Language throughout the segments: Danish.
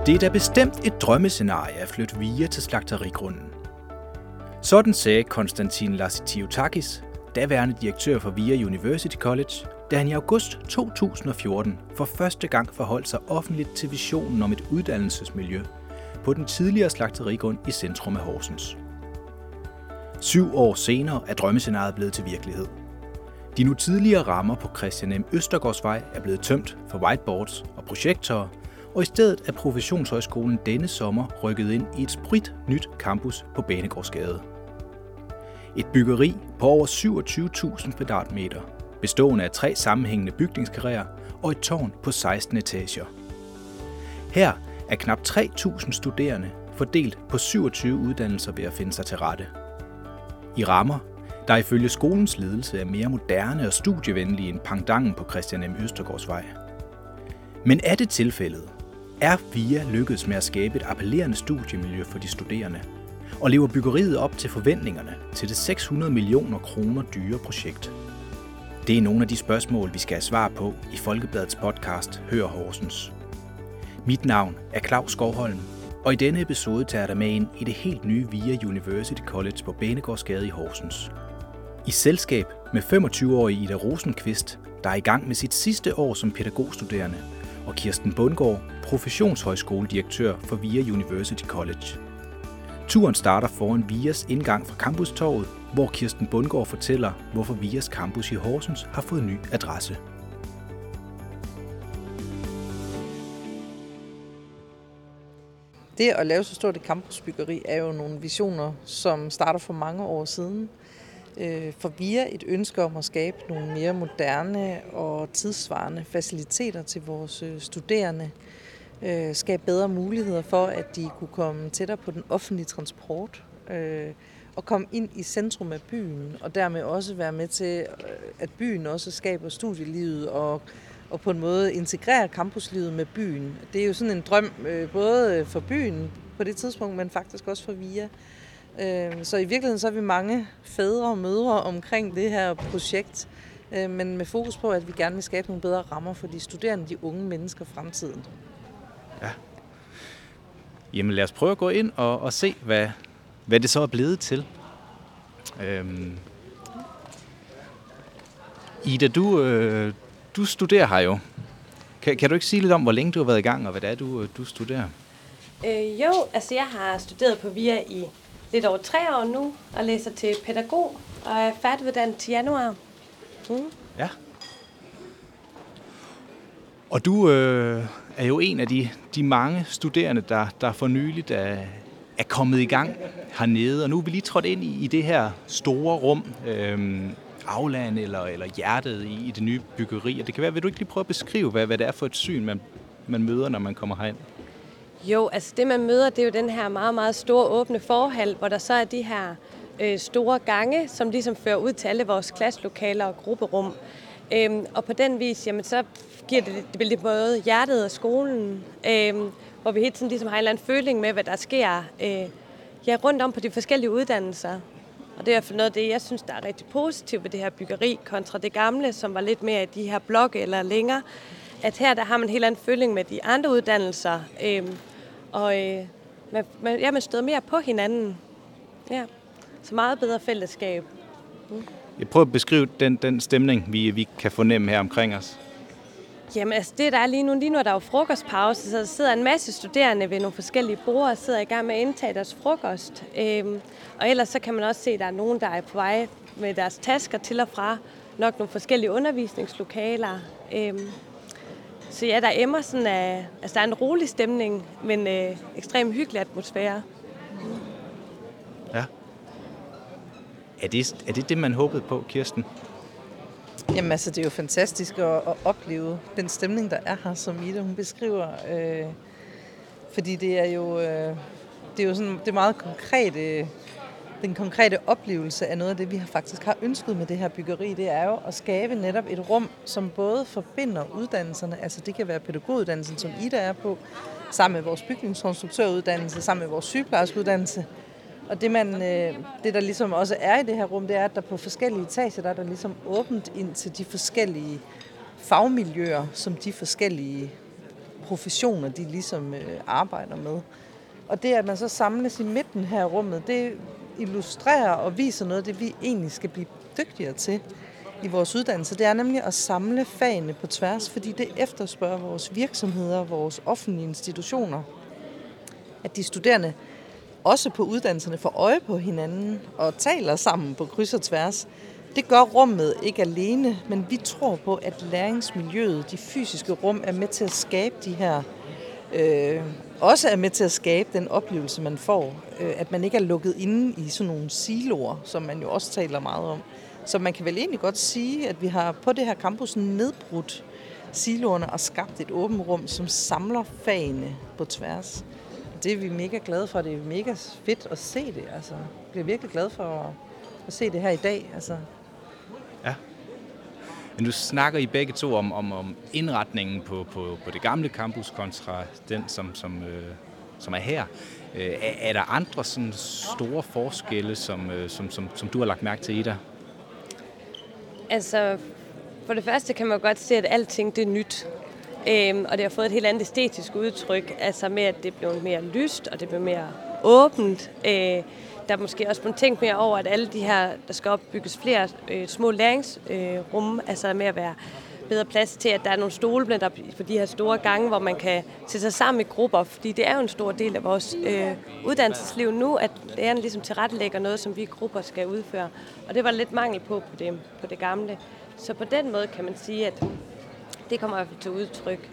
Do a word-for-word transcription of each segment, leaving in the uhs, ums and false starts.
Det er da bestemt et drømmescenarie at flytte VIA til slagterigrunden. Sådan sagde Konstantin Lassitiotakis, daværende direktør for VIA University College, da han i august to tusind og fjorten for første gang forholdt sig offentligt til visionen om et uddannelsesmiljø på den tidligere slagterigrund i centrum af Horsens. Syv år senere er drømmescenariet blevet til virkelighed. De nu tidligere rammer på Christian M. Østergaardsvej er blevet tømt for whiteboards og projektorer, og i stedet er Professionshøjskolen denne sommer rykket ind i et sprit nyt campus på Banegårdsgade. Et byggeri på over syvogtyve tusind kvadratmeter, bestående af tre sammenhængende bygningskarréer og et tårn på seksten etager. Her er knap tre tusind studerende fordelt på syvogtyve uddannelser ved at finde sig til rette. I rammer, der ifølge skolens ledelse er mere moderne og studievenlige end pangdangen på Christian M. Østergaardsvej. Men er det tilfældet? Er VIA lykkedes med at skabe et appellerende studiemiljø for de studerende? Og lever byggeriet op til forventningerne til det seks hundrede millioner kroner dyre projekt? Det er nogle af de spørgsmål, vi skal have svar på i Folkebladets podcast Hør Horsens. Mit navn er Claus Skovholm, og i denne episode tager jeg dig med ind i det helt nye VIA University College på Banegårdsgade i Horsens. I selskab med femogtyve-årige Ida Rosenqvist, der er i gang med sit sidste år som pædagogstuderende, og Kirsten Bundgaard, professionshøjskoledirektør for VIA University College. Turen starter foran VIAs indgang fra Campustorvet, hvor Kirsten Bundgaard fortæller, hvorfor VIAs campus i Horsens har fået ny adresse. Det at lave så stort et campusbyggeri er jo nogle visioner, som starter for mange år siden. For VIA et ønske om at skabe nogle mere moderne og tidssvarende faciliteter til vores studerende. Skabe bedre muligheder for, at de kunne komme tættere på den offentlige transport og komme ind i centrum af byen, og dermed også være med til, at byen også skaber studielivet og, og på en måde integrerer campuslivet med byen. Det er jo sådan en drøm både for byen på det tidspunkt, men faktisk også for VIA. Så i virkeligheden så er vi mange fædre og mødre omkring det her projekt, men med fokus på, at vi gerne vil skabe nogle bedre rammer for de studerende, de unge mennesker i fremtiden. Ja. Jamen lad os prøve at gå ind og, og se, hvad, hvad det så er blevet til. Øhm. Ida, du, øh, du studerer her jo. Kan, kan du ikke sige lidt om, hvor længe du har været i gang, og hvad det er, du, du studerer? Øh, jo, altså jeg har studeret på VIA i lidt over tre år nu, og læser til pædagog, og er færdiguddannet til januar. Mm. Ja. Og du øh, er jo en af de, de mange studerende, der, der for nyligt er, er kommet i gang hernede. Og nu er vi lige trådt ind i, i det her store rum, øh, aulaen eller, eller hjertet i, i det nye byggeri. Og det kan være, vil du ikke lige prøve at beskrive, hvad, hvad det er for et syn, man, man møder, når man kommer herind? Jo, altså det man møder, det er jo den her meget, meget store åbne forhal, hvor der så er de her øh, store gange, som ligesom fører ud til alle vores klasselokaler og grupperum. Øhm, og på den vis, jamen så giver det, det bliver både hjertet af skolen, øhm, hvor vi hele tiden ligesom har en eller anden føling med, hvad der sker øh, ja, rundt om på de forskellige uddannelser. Og det er i hvert fald noget af det, jeg synes, der er rigtig positivt ved det her byggeri, kontra det gamle, som var lidt mere i de her blokke eller længere. At her der har man en helt anden føling med de andre uddannelser, øhm, og øh, man, man, ja, man støder mere på hinanden. Ja. Så meget bedre fællesskab. Mm. Jeg prøver at beskrive den, den stemning, vi, vi kan fornemme her omkring os. Jamen altså det, der er lige nu, lige nu er der jo frokostpause, så der sidder en masse studerende ved nogle forskellige borde og sidder i gang med at indtage deres frokost. Øhm, og ellers så kan man også se, at der er nogen, der er på vej med deres tasker til og fra, nok nogle forskellige undervisningslokaler. Øhm, så ja, der emmer sådan af, altså der er en rolig stemning, men øh, ekstremt hyggelig atmosfære. Ja. Er det, er det det, man håbede på, Kirsten? Jamen altså, det er jo fantastisk at, at opleve den stemning, der er her, som Ida hun beskriver. Øh, fordi det er jo, øh, det er jo sådan, det er meget konkrete, den konkrete oplevelse af noget af det, vi har faktisk har ønsket med det her byggeri, det er jo at skabe netop et rum, som både forbinder uddannelserne, altså det kan være pædagoguddannelsen, som Ida er på, sammen med vores bygningskonstruktøruddannelse, sammen med vores sygeplejerskeuddannelse. Og det, man, det, der ligesom også er i det her rum, det er, at der på forskellige etager, der er der ligesom åbent ind til de forskellige fagmiljøer, som de forskellige professioner, de ligesom øh, arbejder med. Og det, at man så samles i midten her i rummet, det illustrerer og viser noget af det, vi egentlig skal blive dygtigere til i vores uddannelse. Det er nemlig at samle fagene på tværs, fordi det efterspørger vores virksomheder, vores offentlige institutioner, at de studerende også på uddannelserne får øje på hinanden og taler sammen på kryds og tværs. Det gør rummet ikke alene, men vi tror på, at læringsmiljøet, de fysiske rum, er med til at skabe de her, øh, også er med til at skabe den oplevelse, man får. Øh, at man ikke er lukket inde i sådan nogle siloer, som man jo også taler meget om. Så man kan vel egentlig godt sige, at vi har på det her campus nedbrudt siloerne og skabt et åbent rum, som samler fagene på tværs. Det er vi mega glade for. Det er mega fedt at se det. Altså, jeg bliver virkelig glad for at, at se det her i dag. Altså. Ja. Men du snakker I begge to om, om, om indretningen på, på, på det gamle campus kontra den, som, som, øh, som er her. Øh, er, er der andre sådan store forskelle, som, øh, som, som, som du har lagt mærke til, Ida? Altså, for det første kan man jo godt se, at alting det er nyt. Øhm, og det har fået et helt andet æstetisk udtryk, altså med, at det blev mere lyst, og det blev mere åbent. Øh, der er måske også blevet tænkt mere over, at alle de her, der skal opbygges flere øh, små læringsrum, øh, altså med at være bedre plads til, at der er nogle stole der på de her store gange, hvor man kan sætte sig sammen i grupper, fordi det er jo en stor del af vores øh, uddannelsesliv nu, at lærerne ligesom tilrettelægger noget, som vi grupper skal udføre. Og det var lidt mangel på på det, på det gamle. Så på den måde kan man sige, at det kommer til udtryk.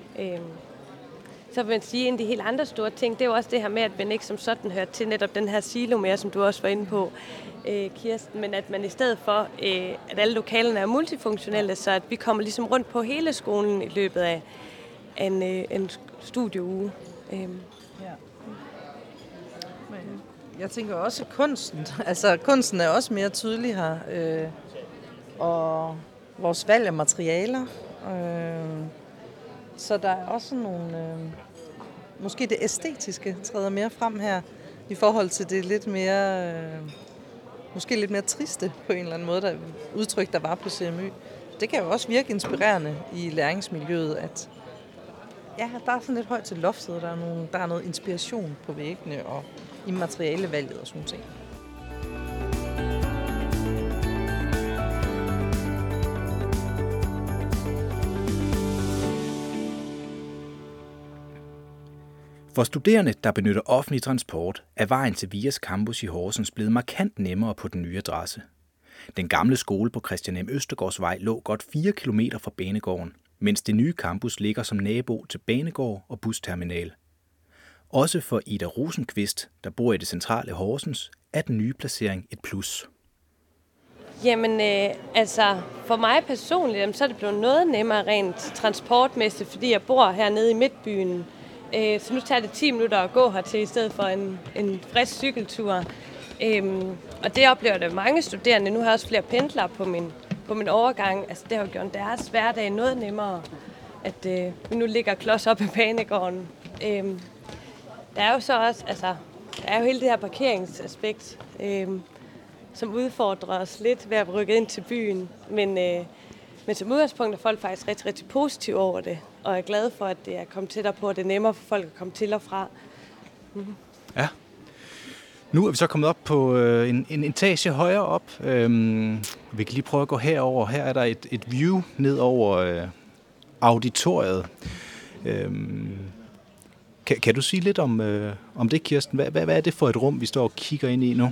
Så vil man sige, en af de helt andre store ting, det er jo også det her med, at man ikke som sådan hører til netop den her silo mere, som du også var inde på, Kirsten, men at man i stedet for, at alle lokalerne er multifunktionelle, så at vi kommer ligesom rundt på hele skolen i løbet af en, en studieuge. Ja. Jeg tænker også kunsten. Altså kunsten er også mere tydelig her. Øh, og vores valg af materialer. Øh, så der er også nogle... Øh, måske det æstetiske træder mere frem her, i forhold til det lidt mere... Øh, måske lidt mere triste på en eller anden måde, der udtryk, der var på C M Y. Det kan jo også virke inspirerende i læringsmiljøet, at ja, der er sådan lidt højt til loftet, der er, nogle, der er noget inspiration på væggene og i materialevalget og sådan ting. For studerende, der benytter offentlig transport, er vejen til V I A's campus i Horsens blevet markant nemmere på den nye adresse. Den gamle skole på Christian M. Østergaardsvej lå godt fire kilometer fra banegården, mens det nye campus ligger som nabo til banegård og busterminal. Også for Ida Rosenqvist, der bor i det centrale Horsens, er den nye placering et plus. Jamen, øh, altså for mig personligt, så er det blevet noget nemmere rent transportmæssigt, fordi jeg bor hernede i midtbyen. Øh, så nu tager det ti minutter at gå hertil i stedet for en, en frisk cykeltur. Øhm, og det oplever det mange studerende. Nu har jeg også flere pendlere på min, på min overgang. Altså, det har gjort deres hverdag noget nemmere, at øh, vi nu ligger klods op i banegården. Øhm, der er jo så også, altså, der er jo hele det her parkeringsaspekt, øhm, som udfordrer os lidt ved at rykke ind til byen. Men, øh, men som udgangspunkt er folk faktisk rigtig, rigtig positive over det, og er glade for, at det er kommet tættere på, at det er nemmere for folk at komme til og fra. Mm-hmm. Ja. Nu er vi så kommet op på øh, en, en etage højere op. Øhm, vi kan lige prøve at gå herover. Her er der et, et view ned over øh, auditoriet. Øhm, kan, kan du sige lidt om, øh, om det, Kirsten? Hvad, hvad, hvad er det for et rum, vi står og kigger ind i nu?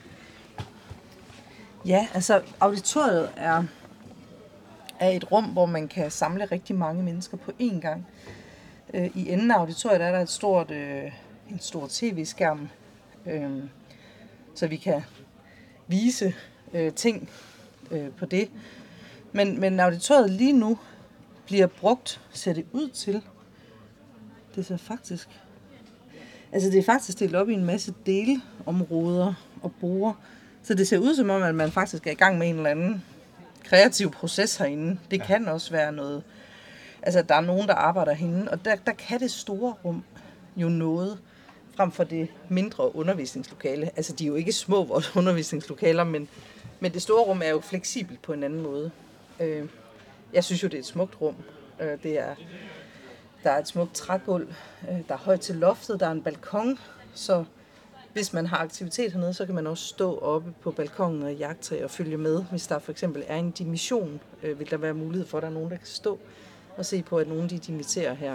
Ja, altså auditoriet er, er et rum, hvor man kan samle rigtig mange mennesker på én gang. Øh, I enden af auditoriet er der et stort, øh, en stor tv-skærm, øh, så vi kan vise øh, ting øh, på det. Men, men auditoriet lige nu bliver brugt, ser det ud til. Det er faktisk, altså det er faktisk delt op i en masse delområder og borde. Så det ser ud som om, at man faktisk er i gang med en eller anden kreativ proces herinde. Det ja. Kan også være noget, altså der er nogen, der arbejder herinde, og der, der kan det store rum jo noget, frem for det mindre undervisningslokale. Altså de er jo ikke små, vores undervisningslokaler, men, men det store rum er jo fleksibelt på en anden måde. Øh, jeg synes jo, det er et smukt rum. Øh, det er Der er et smukt trægulv, der er højt til loftet, der er en balkon, så hvis man har aktivitet hernede, så kan man også stå oppe på balkonen og jagte og følge med. Hvis der for eksempel er en dimission, øh, vil der være mulighed for, at der er nogen, der kan stå og se på, at nogen de dimitterer her.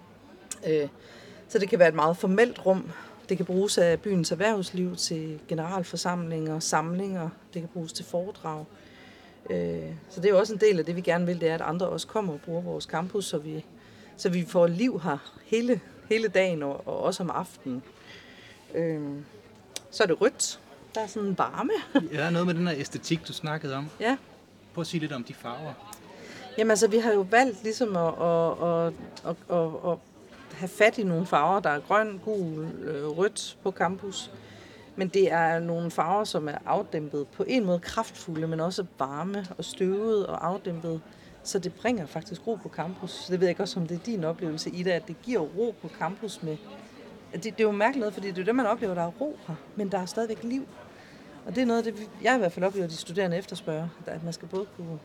Øh, så det kan være et meget formelt rum. Det kan bruges af byens erhvervsliv til generalforsamlinger, samlinger. Det kan bruges til foredrag. Øh, så det er jo også en del af det, vi gerne vil, det er, at andre også kommer og bruger vores campus, så vi, så vi får liv her hele, hele dagen og, og også om aftenen. Øhm, så er det rødt. Der er sådan en varme. Ja, der er noget med den her æstetik, du snakkede om. Ja. Prøv at sige lidt om de farver. Jamen altså, vi har jo valgt ligesom at, at, at, at, at, at have fat i nogle farver. Der er grøn, gul, rødt på campus. Men det er nogle farver, som er afdæmpet. På en måde kraftfulde, men også varme og støvet og afdæmpet. Så det bringer faktisk ro på campus. Det ved jeg ikke også, om det er din oplevelse, Ida, at det giver ro på campus med. Det, det er jo mærkeligt noget, fordi det er det, man oplever, der er ro her, men der er stadigvæk liv. Og det er noget, det, jeg i hvert fald oplever, at de studerende efterspørger, at man skal både kunne...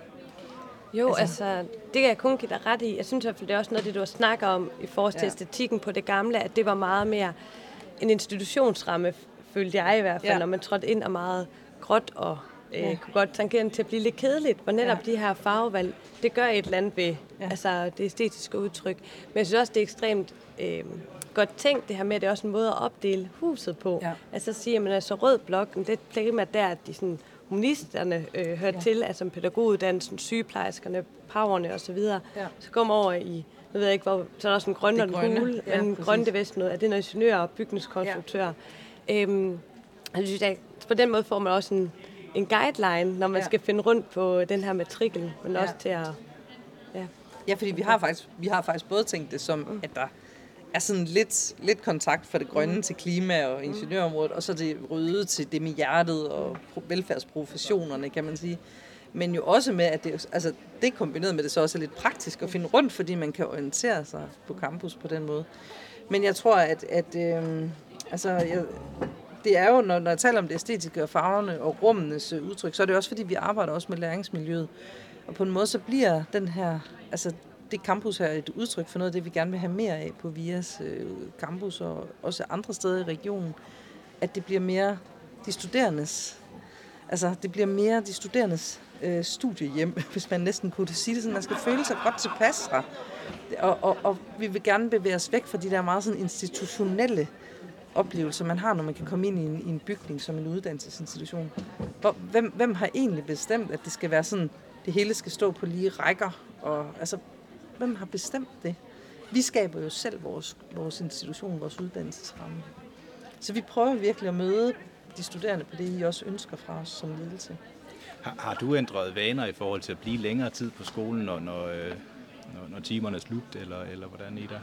Jo, altså, altså det kan jeg kun give dig ret i. Jeg synes i hvert fald, det er også noget, det du snakker om i forhold til ja. æstetikken på det gamle, at det var meget mere en institutionsramme, følte jeg i hvert fald, ja. når man trådte ind og meget gråt og øh, ja. kunne godt tangere til at blive lidt kedeligt, hvor netop ja. de her farvevalg, det gør et eller andet ved ja. altså, det æstetiske udtryk. Men jeg synes også, det er ekstremt... Øh, godt tænkt det her med, at det er også en måde at opdele huset på. Ja. Altså så siger man, altså rød blok, det er primært der, at de sådan, humanisterne øh, hører ja. til, altså pædagoguddannelsen, sygeplejerskerne, paverne og så videre. Ja. Så går man over i, jeg ved ikke, hvor, så er der også en grønne og en gule, ja, men grønne det vist noget, er det noget ingeniører og bygningskonstruktører. Ja. Øhm, jeg synes, at på den måde får man også en, en guideline, når man ja. skal finde rundt på den her matrikel, men ja. også til at... Ja, ja fordi vi har, faktisk, vi har faktisk både tænkt det som, mm. at der er sådan lidt, lidt kontakt fra det grønne mm. til klima- og ingeniørområdet, og så det røde til det med hjertet og velfærdsprofessionerne, kan man sige. Men jo også med, at det, altså, det kombineret med det så også er lidt praktisk at finde rundt, fordi man kan orientere sig på campus på den måde. Men jeg tror, at, at øh, altså, jeg, det er jo, når, når jeg taler om det æstetiske og farverne og rummenes udtryk, så er det også, fordi vi arbejder også med læringsmiljøet. Og på en måde så bliver den her... altså det campus er et udtryk for noget af det, vi gerne vil have mere af på V I A's øh, campus og også andre steder i regionen. At det bliver mere de studerendes, altså det bliver mere de studerendes øh, studiehjem, hvis man næsten kunne sige det sådan. Man skal føle sig godt tilpas her. Og, og, og vi vil gerne bevæge os væk fra de der meget sådan institutionelle oplevelser, man har, når man kan komme ind i en, i en bygning som en uddannelsesinstitution. Hvor, hvem, hvem har egentlig bestemt, at det skal være sådan, det hele skal stå på lige rækker? Og, altså, hvem har bestemt det? Vi skaber jo selv vores, vores institution, vores uddannelsesramme. Så vi prøver virkelig at møde de studerende på det, I også ønsker fra os som ledelse. Har, har du ændret vaner i forhold til at blive længere tid på skolen, når, når, når, når timerne er slut, eller, eller hvordan, Ida?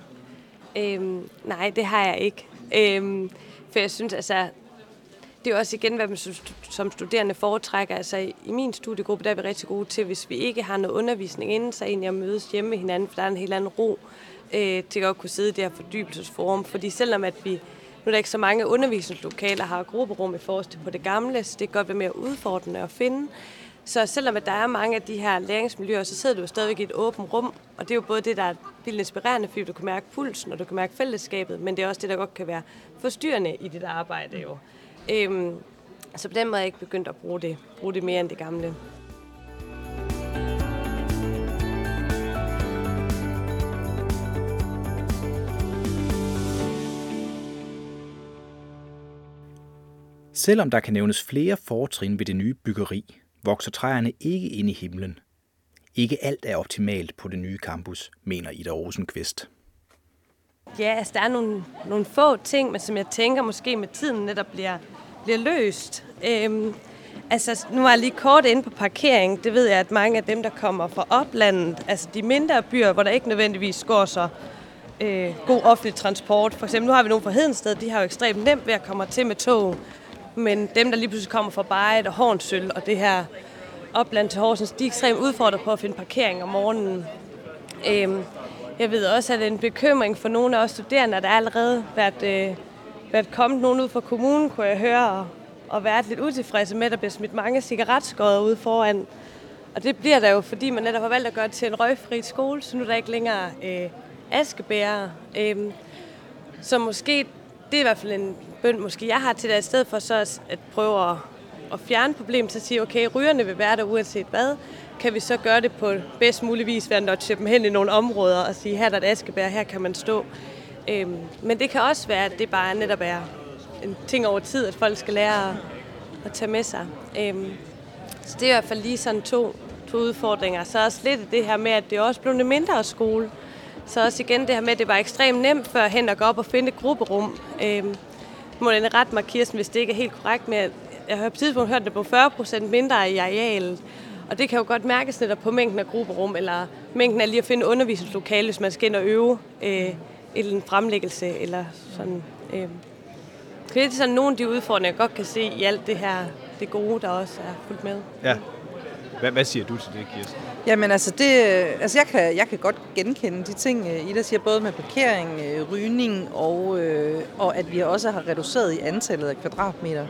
Øhm, nej, det har jeg ikke. Øhm, for jeg synes, altså, det er også igen, hvad man som studerende foretrækker. Altså, i min studiegruppe, der er vi rigtig gode til, hvis vi ikke har noget undervisning inden, så egentlig at mødes hjemme med hinanden, for der er en helt anden ro øh, til at kunne sidde i det her fordybelsesforum. Fordi selvom at vi, nu er der ikke så mange undervisningslokaler, har grupperum i forhold til på det gamle, så det kan godt være mere udfordrende at finde. Så selvom at der er mange af de her læringsmiljøer, så sidder du jo stadigvæk i et åbent rum, og det er jo både det, der er vildt inspirerende, fordi du kan mærke pulsen, og du kan mærke fællesskabet, men det er også det, der godt kan være forstyrrende i dit arbejde jo. Øhm, så på den måde er jeg ikke begyndt at bruge det, bruge det mere end det gamle. Selvom der kan nævnes flere fortrin ved det nye byggeri, vokser træerne ikke ind i himlen. Ikke alt er optimalt på det nye campus, mener Ida Rosenqvist. Ja, altså der er nogle, nogle få ting, men som jeg tænker måske med tiden netop bliver, bliver løst. Øhm, altså nu var jeg lige kort inde på parkering. Det ved jeg, at mange af dem, der kommer fra oplandet, altså de mindre byer, hvor der ikke nødvendigvis går så øh, god offentlig transport. For eksempel nu har vi nogle fra Hedensted, de har jo ekstremt nemt ved at komme til med tog. Men dem, der lige pludselig kommer fra Barrit og Hornsøl og det her opland til Horsens, de er ekstremt udfordret på at finde parkering om morgenen. Øhm, jeg ved også, at det er en bekymring for nogle af os studerende, at der allerede været, øh, været kommet nogen ud fra kommunen, kunne jeg høre, og, og været lidt utilfredse med, at der bliver smidt mange cigaretskåder ude foran. Og det bliver der jo, fordi man netop har valgt at gøre det til en røgfri skole, så nu er der ikke længere øh, askebærere. Øhm, så måske, det er i hvert fald en bøn, måske jeg har til det, i stedet for så at prøve at, at fjerne problemet, så sige, okay, rygerne vil være der uanset hvad, kan vi så gøre det på bedst mulig vis, ved at notche dem hen i nogle områder og sige, her er der et askebær, her kan man stå. Øhm, men det kan også være, at det bare netop er en ting over tid, at folk skal lære at, at tage med sig. Øhm, så det er i hvert fald lige sådan to, to udfordringer. Så også lidt det her med, at det også blev en mindre skole. Så også igen det her med, at det var ekstremt nemt førhen at gå op og finde et grupperum. Øhm, må den ret mig, Kirsten, hvis det ikke er helt korrekt, med jeg har på tidspunkt hørt, at det blev fyrre procent mindre i arealet. Og det kan jo godt mærkes netop på mængden af grupperum, eller mængden af lige at finde undervisningslokale, hvis man skal ind og øve øh, en fremlæggelse, eller sådan. Øh. Det er sådan nogle af de udfordringer, jeg godt kan se i alt det her, det gode, der også er fuldt med. Ja. Hvad, hvad siger du til det, Kirsten? Jamen altså, det, altså jeg, kan, jeg kan godt genkende de ting, Ida siger, både med parkering, rygning og, øh, og at vi også har reduceret i antallet af kvadratmeter.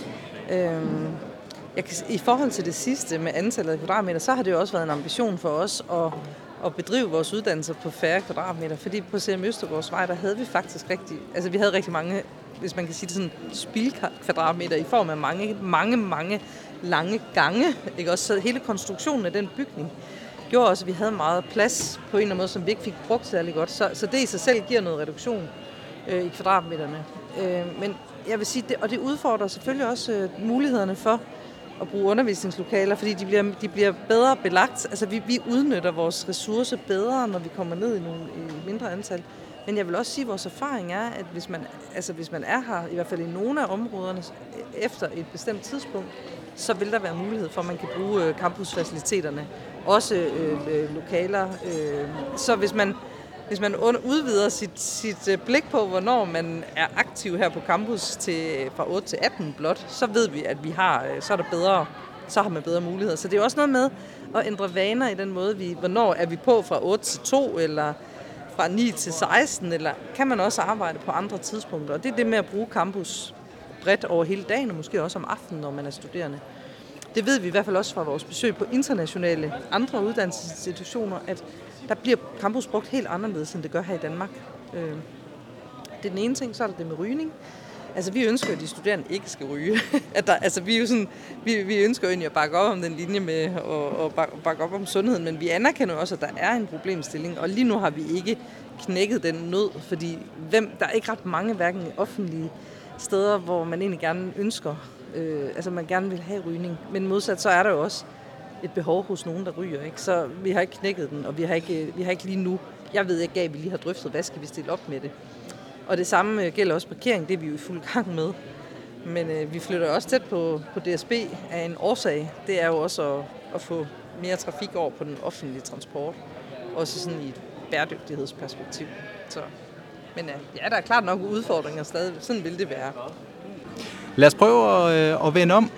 Øhm, jeg kan, I forhold til det sidste med antallet af kvadratmeter, så har det jo også været en ambition for os at, at bedrive vores uddannelser på færre kvadratmeter, fordi på C M Østergårdsvej, der havde vi faktisk rigtig, altså vi havde rigtig mange, hvis man kan sige det sådan, spildkvadratmeter i form af mange, mange, mange lange gange, ikke? Også så hele konstruktionen af den bygning gjorde også, at vi havde meget plads på en eller anden måde, som vi ikke fik brugt særlig godt. Så, så det i sig selv giver noget reduktion øh, i kvadratmeterne. Øh, men jeg vil sige, det, og det udfordrer selvfølgelig også øh, mulighederne for at bruge undervisningslokaler, fordi de bliver, de bliver bedre belagt. Altså vi, vi udnytter vores ressourcer bedre, når vi kommer ned i nogle i mindre antal. Men jeg vil også sige, at vores erfaring er, at hvis man, altså hvis man er her, i hvert fald i nogle af områderne, efter et bestemt tidspunkt, så vil der være mulighed for, at man kan bruge campusfaciliteterne, også øh, lokaler. Øh. Så hvis man, hvis man udvider sit, sit blik på, hvornår man er aktiv her på campus til, fra otte til atten blot, så ved vi, at vi har, så er der bedre, så har man bedre muligheder. Så det er også noget med at ændre vaner i den måde, vi, hvornår er vi på fra otte til to, eller fra ni til seksten, eller kan man også arbejde på andre tidspunkter. Og det er det med at bruge campus bredt over hele dagen, og måske også om aftenen, når man er studerende. Det ved vi i hvert fald også fra vores besøg på internationale andre uddannelsesinstitutioner, at der bliver campus brugt helt anderledes, end det gør her i Danmark. Det er den ene ting, så er der det med rygning. Altså, vi ønsker jo, at de studerende ikke skal ryge. At der, altså, vi, er jo sådan, vi, vi ønsker jo egentlig at bakke op om den linje med at bakke op om sundheden, men vi anerkender også, at der er en problemstilling, og lige nu har vi ikke knækket den nød, fordi hvem, der er ikke ret mange, hverken offentlige steder, hvor man egentlig gerne ønsker, øh, altså man gerne vil have rygning, men modsat så er der jo også et behov hos nogen, der ryger, ikke? Så vi har ikke knækket den, og vi har ikke, vi har ikke lige nu, jeg ved ikke, at vi lige har drøftet, hvad skal vi stille op med det. Og det samme gælder også parkering, det er vi jo i fuld gang med. Men øh, vi flytter også tæt på, på D S B af en årsag. Det er jo også at, at få mere trafik over på den offentlige transport. Også sådan i et bæredygtighedsperspektiv. Så. Men ja, der er klart nok udfordringer stadig. Sådan vil det være. Lad os prøve at, øh, at vende om.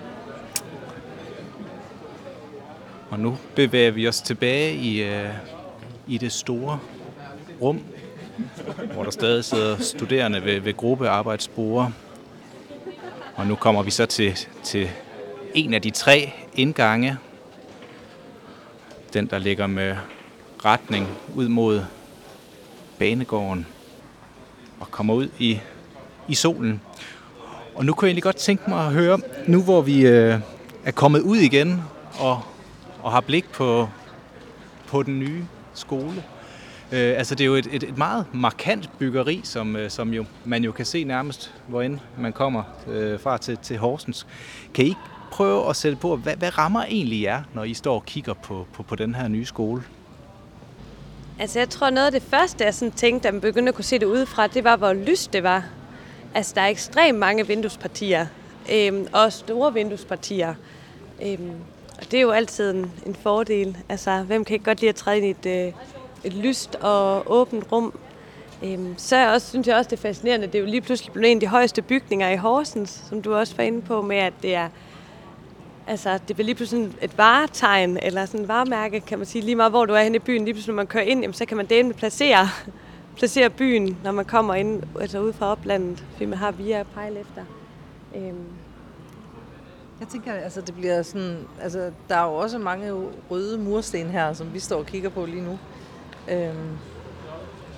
Og nu bevæger vi os tilbage i, øh, i det store rum, hvor der stadig sidder studerende ved, ved gruppearbejdsborde. Og nu kommer vi så til, til en af de tre indgange. Den, der ligger med retning ud mod banegården og kommer ud i, i solen. Og nu kunne jeg egentlig godt tænke mig at høre, nu hvor vi øh, er kommet ud igen og, og har blik på, på den nye skole. Øh, altså det er jo et, et, et meget markant byggeri, som, øh, som jo, man jo kan se nærmest, hvorend man kommer øh, fra til, til Horsens. Kan I ikke prøve at sætte på, hvad, hvad rammer egentlig jer, når I står og kigger på, på, på den her nye skole? Altså jeg tror noget af det første, jeg sådan tænkte, da man begyndte at kunne se det udefra, det var, hvor lyst det var. Altså der er ekstremt mange vinduespartier, øhm, og store vinduespartier. Øhm, og det er jo altid en, en fordel. Altså hvem kan ikke godt lide at træde ind i et, øh, et lyst og åbent rum. Øhm, så jeg også, synes jeg også, det er fascinerende. Det er jo lige pludselig blevet en af de højeste bygninger i Horsens, som du også var inde på, med at det er, altså det bliver lige pludselig et varetegn, eller sådan et varemærke, kan man sige, lige meget hvor du er henne i byen. Lige pludselig, når man kører ind, jamen, så kan man dele med placere, placere byen, når man kommer ind, altså ud fra oplandet, fordi man har via at pejle efter. Øhm. Jeg tænker, altså det bliver sådan, altså der er jo også mange røde mursten her, som vi står og kigger på lige nu. Øhm,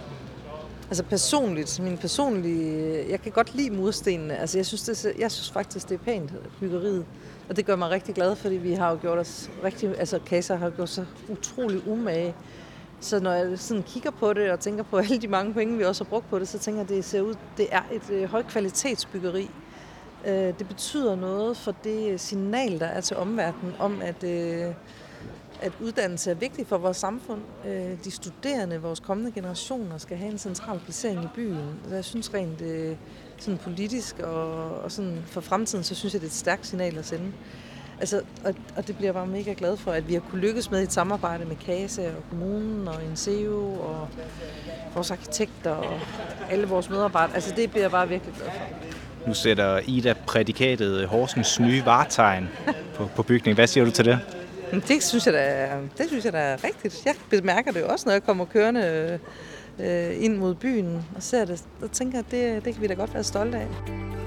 Altså personligt, min personlige, jeg kan godt lide murstenene. Altså jeg synes, det, jeg synes faktisk, det er pænt, byggeriet. Og det gør mig rigtig glad, fordi vi har jo gjort os rigtig, altså Casa har gjort så utrolig umage. Så når jeg sådan kigger på det og tænker på alle de mange penge, vi også har brugt på det, så tænker jeg, at det ser ud, det er et øh, højkvalitetsbyggeri. Øh, det betyder noget for det signal, der er til omverdenen om, at, øh, at uddannelse er vigtig for vores samfund. Øh, de studerende, vores kommende generationer, skal have en central placering i byen. Så jeg synes rent øh, sådan politisk og, og sådan for fremtiden, så synes jeg, det er et stærkt signal at sende. Altså, og, og det bliver jeg bare mega glad for, at vi har kunne lykkes med et samarbejde med Casa og kommunen og Enseo og vores arkitekter og alle vores medarbejdere. Altså det bliver jeg bare virkelig glad for. Nu sætter Ida prædikatet Horsens nye varetegn på, på bygningen. Hvad siger du til det? Det synes jeg da, det synes jeg da er rigtigt. Jeg bemærker det jo også, når jeg kommer kørende øh, ind mod byen og ser det. Så tænker jeg, at det, det kan vi da godt være stolte af.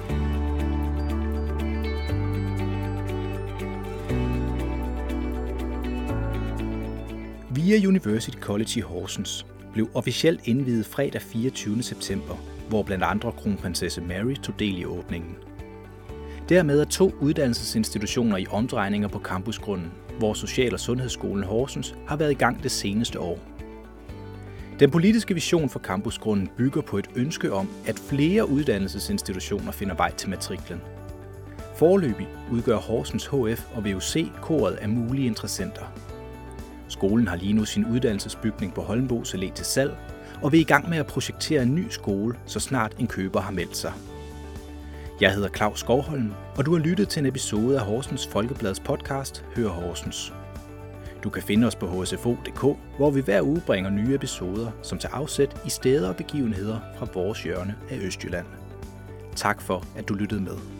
VIA University College i Horsens blev officielt indviet fredag fireogtyvende september, hvor blandt andre kronprinsesse Mary tog del i åbningen. Dermed er to uddannelsesinstitutioner i omdrejninger på campusgrunden, hvor Social- og Sundhedsskolen Horsens har været i gang det seneste år. Den politiske vision for campusgrunden bygger på et ønske om, at flere uddannelsesinstitutioner finder vej til matriklen. Foreløbig udgør Horsens H F og V U C koret af mulige interessenter. Skolen har lige nu sin uddannelsesbygning på Holmbos Allé til salg, og vil i gang med at projektere en ny skole, så snart en køber har meldt sig. Jeg hedder Claus Skovholm, og du har lyttet til en episode af Horsens Folkebladets podcast Hør Horsens. Du kan finde os på h s f o punktum d k, hvor vi hver uge bringer nye episoder, som tager afsæt i steder og begivenheder fra vores hjørne af Østjylland. Tak for, at du lyttede med.